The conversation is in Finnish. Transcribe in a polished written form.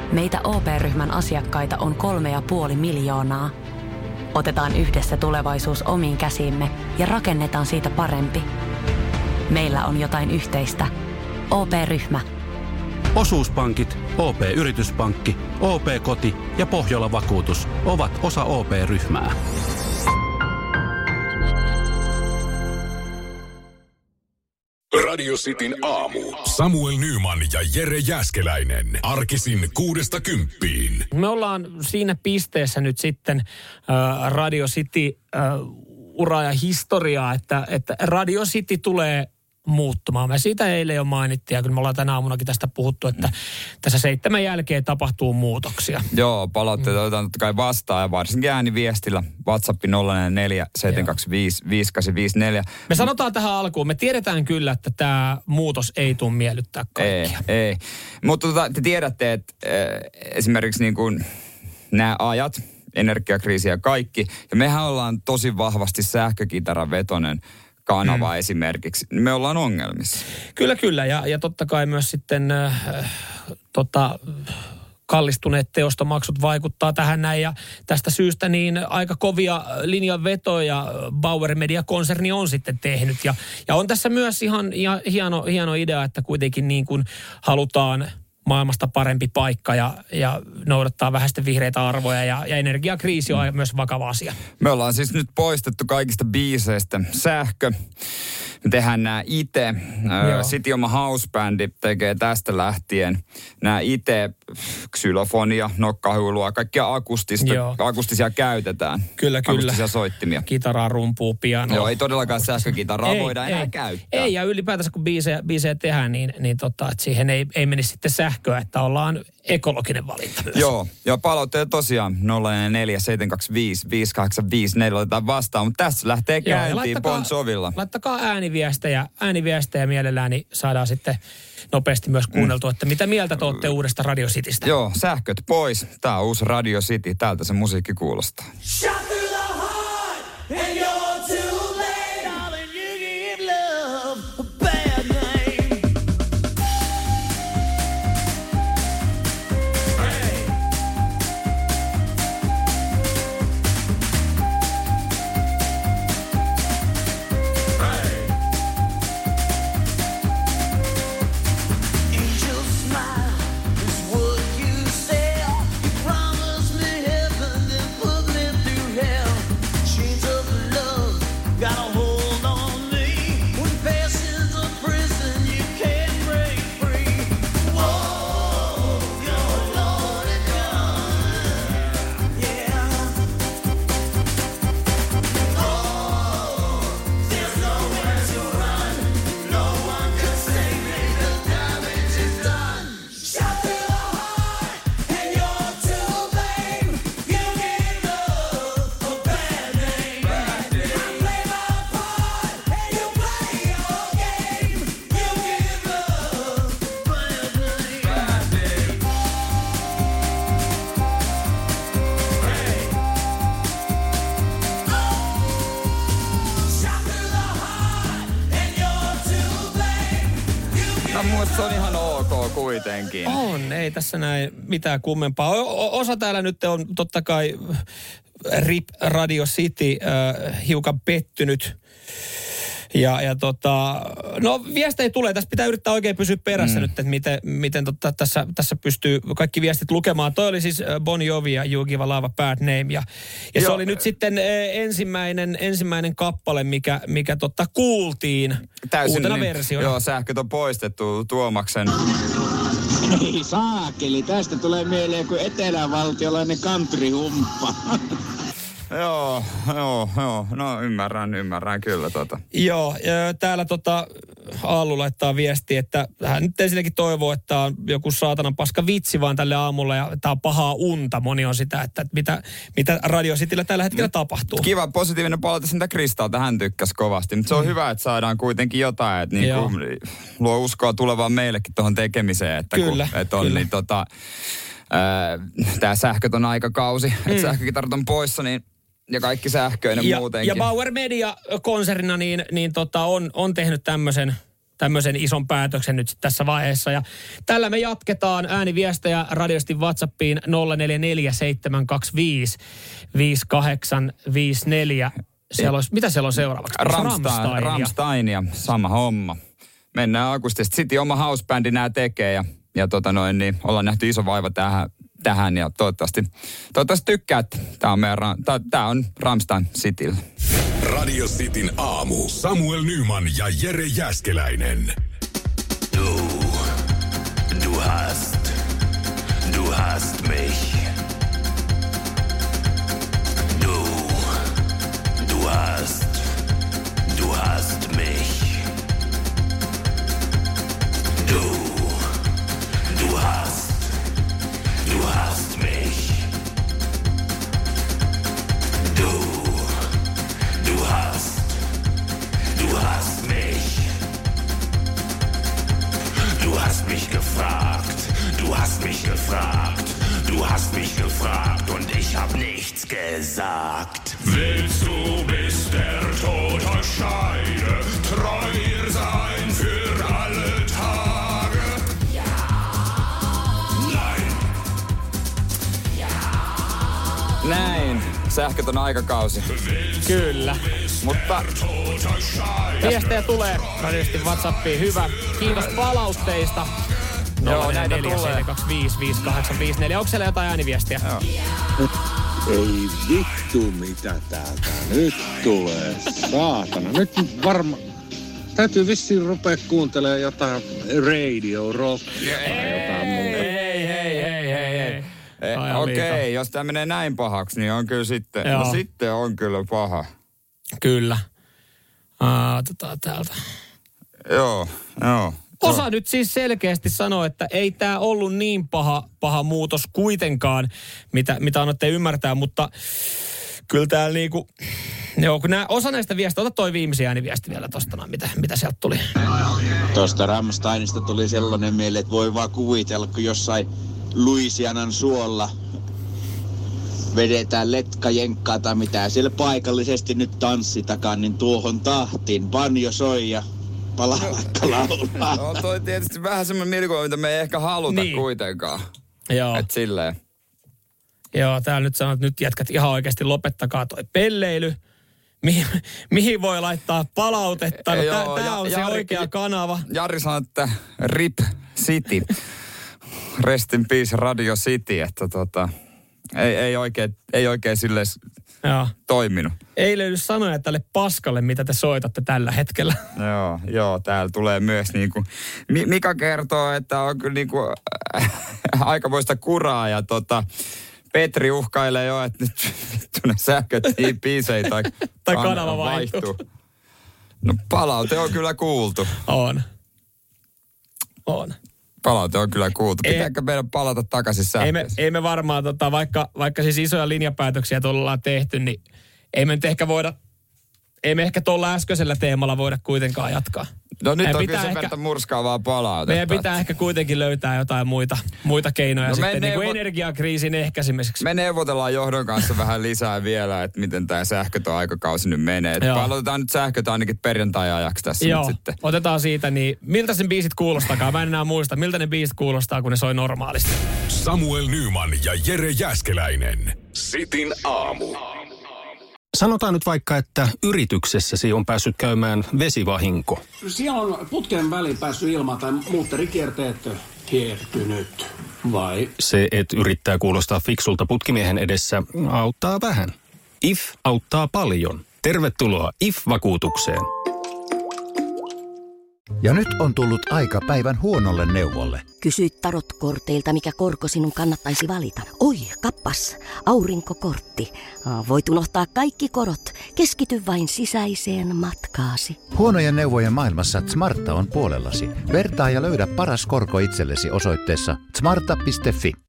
Meitä OP-ryhmän asiakkaita on 3,5 miljoonaa. Otetaan yhdessä tulevaisuus omiin käsiimme ja rakennetaan siitä parempi. Meillä on jotain yhteistä. OP-ryhmä. Osuuspankit, OP-yrityspankki, OP-koti ja Pohjola-vakuutus ovat osa OP-ryhmää. Radio Cityn aamu. Samuel Nyman ja Jere Jääskeläinen. Arkisin 6–10. Me ollaan siinä pisteessä nyt sitten Radio City uraa ja historiaa, että Radio City tulee muuttumaan. Me siitä eilen jo mainittiin ja kyllä me ollaan tänä aamunakin tästä puhuttu, että tässä 7 jälkeen tapahtuu muutoksia. Joo, palautteita otetaan totta kai vastaan ja varsinkin ääniviestillä WhatsApp 044 725 5854. Me sanotaan tähän alkuun, me tiedetään kyllä, että tämä muutos ei tule miellyttää kaikkia. Ei. Mutta te tiedätte, että esimerkiksi niin kuin nämä ajat, energiakriisi ja kaikki, ja mehän ollaan tosi vahvasti sähkökitaravetoinen kanava esimerkiksi. Me ollaan ongelmissa. Kyllä. Ja totta kai myös sitten kallistuneet teostomaksut vaikuttaa tähän näin. Ja tästä syystä niin aika kovia linjanvetoja Bauer Media-konserni on sitten tehnyt. Ja on tässä myös ihan hieno idea, että kuitenkin niin kuin halutaan maailmasta parempi paikka ja noudattaa vähän sitten vihreitä arvoja ja energiakriisi on myös vakava asia. Me ollaan siis nyt poistettu kaikista biiseistä sähkö. Me tehdään nämä itse. City oma housebändi tekee tästä lähtien nämä itse xylofonia, nokkahuilua, kaikkia akustisia käytetään. Kyllä. Akustisia soittimia. Kitaraa, rumpua, pianoa. Joo, ei todellakaan sähkökitaraa voida enää käyttää. Ei, ja ylipäätänsä kun biisejä tehdään, niin että siihen ei menisi sitten sähköä, että ollaan ekologinen valinta myös. Joo, ja palautteet tosiaan 044 725 5854 otetaan vastaan, mutta tässä lähtee käyntiin Bon Jovilla. Laittakaa ääniviestejä mielellään, niin saadaan sitten nopeasti myös kuunneltua, että mitä mieltä te olette uudesta Radio Citystä. Joo, sähköt pois. Tää on uusi Radio City. Täältä se musiikki kuulostaa. Se on ihan ok kuitenkin. On, ei tässä näin mitään kummempaa. Osa täällä nyt on totta kai RIP Radio City hiukan pettynyt. No viestejä tulee. Tässä pitää yrittää oikein pysyä perässä nyt, että miten tässä pystyy kaikki viestit lukemaan. Toi oli siis Bon Jovi ja You Give a Love a Bad Name. Ja se oli nyt sitten ensimmäinen kappale, mikä kuultiin täysin uutena versiona. Joo, sähköt on poistettu Tuomaksen. Ei saakeli, tästä tulee mieleen kuin etelävaltiolainen country-humppa. Joo. No ymmärrän kyllä . Joo, täällä Aallu laittaa viestiä, että hän nyt ensinnäkin toivoo, että on joku saatanan paska vitsi vaan tälle aamulla ja tämä on pahaa unta. Moni on sitä, että mitä Radio Cityllä tällä hetkellä tapahtuu. Kiva, positiivinen palaute sitä Kristalta, hän tykkäsi kovasti. Mutta se on hyvä, että saadaan kuitenkin jotain, että luo uskoa tulevaan meillekin tuohon tekemiseen. Että kyllä. Niin tämä sähkötön aikakausi, että sähkökitarat on poissa, niin ja kaikki sähköinen muutenkin. Ja Bauer Media konsernina on tehnyt tämmöisen tämmöisen ison päätöksen nyt sit tässä vaiheessa. Ja tällä me jatketaan ääniviestejä radiosti WhatsAppiin 0447255854. Mitä siellä on seuraavaksi? Rammsteinia, sama homma. Mennään akustisesti. City oma housebändi nää tekee ja niin ollaan nähty iso vaiva tähän ja toivottavasti tykkäät. Tää on Rammstein Cityllä. Radio Cityn aamu. Samuel Nyman ja Jere Jääskeläinen. Du hast mich. Du hast mich. Du hast mich. Du hast mich. Du hast mich gefragt. Du hast mich gefragt. Du hast mich gefragt und ich hab nichts gesagt. Willst du bis der Tod euch scheide, treu sein für alle Tage? Ja. Nein. Ja. Näin. Sähkötön aikakausi. Kyllä. Mutta viestejä tulee radiosti WhatsAppiin. Hyvä. Kiitos palautteista. Joo, näitä tulee. 4255854. Onko siellä jotain ääniviestiä? Joo. Ei vittu mitä täältä nyt tulee. Saatana. Nyt varmaan täytyy vissiin rupea kuuntelemaan jotain Radio Rockia tai jotain muuta. Hei. Okei, jos tämä menee näin pahaksi, niin on kyllä sitten. Joo. No sitten on kyllä paha. Kyllä. Täältä. Joo. Osa nyt siis selkeästi sanoo, että ei tämä ollut niin paha muutos kuitenkaan, mitä annatte ymmärtää, mutta kyllä täällä niinku, joo, kun osa näistä viestistä, ota toi viimeisiä ääniviesti vielä tosta, mitä sieltä tuli. Tuosta Rammsteinista tuli sellainen mieleen, että voi vaan kuvitella, kun jossain Louisianan suolla vedetään letkajenkkaa tai mitä siellä paikallisesti nyt tanssitakaan, niin tuohon tahtiin banjo soi ja palaa vaikka laulaa. No toi tietysti vähän semmoinen mielikuva, mitä me ei ehkä haluta kuitenkaan. Joo. Et silleen. Joo, täällä nyt sanoo, että nyt jätkät ihan oikeasti lopettakaa toi pelleily. Mihin voi laittaa palautetta? No, tää on se oikea kanava. Jari sanoi, että RIP City. Rest in peace Radio City, että ei oikein silleen toiminut. Ei löydy sanoja tälle paskalle, mitä te soitatte tällä hetkellä. Joo, täällä tulee myös niinku, Mika kertoo, että on kyllä niinku aikamoista kuraa ja Petri uhkailee jo, että nyt ne sähköttiin biisejä tai kanava vaihtuu. No palaute on kyllä kuultu. On. Palaute on kyllä kuultu. Pitääkö meidän palata takaisin sähköön? Ei me varmaan, vaikka siis isoja linjapäätöksiä tuolla ollaan tehty, niin ei me ehkä tuolla äskeisellä teemalla voida kuitenkaan jatkaa. No nyt on kyllä sen verran murskaavaa palautetta. Meidän pitää ehkä kuitenkin löytää jotain muita keinoja sitten niin kuin energiakriisin ehkäisemiseksi. Me neuvotellaan johdon kanssa vähän lisää vielä, että miten tämä sähkötön aikakausi nyt menee. Aloitetaan nyt sähkötä ainakin perjantai-ajaksi tässä nyt sitten. Otetaan siitä, niin miltä sen biisit kuulostakaan? Mä en enää muista, miltä ne biisit kuulostaa, kun ne soi normaalisti. Samuel Nyman ja Jere Jääskeläinen. Cityn aamu. Sanotaan nyt vaikka, että yrityksessäsi on päässyt käymään vesivahinko. Siellä on putken väliin päässyt ilma tai muutterikierteet hiertynyt, vai? Se, että yrittää kuulostaa fiksulta putkimiehen edessä, auttaa vähän. IF auttaa paljon. Tervetuloa IF-vakuutukseen. Ja nyt on tullut aika päivän huonolle neuvolle. Kysy tarotkorteilta, mikä korko sinun kannattaisi valita. Oi, kappas, aurinkokortti. Voit unohtaa kaikki korot. Keskity vain sisäiseen matkaasi. Huonojen neuvojen maailmassa Smarta on puolellasi. Vertaa ja löydä paras korko itsellesi osoitteessa smarta.fi.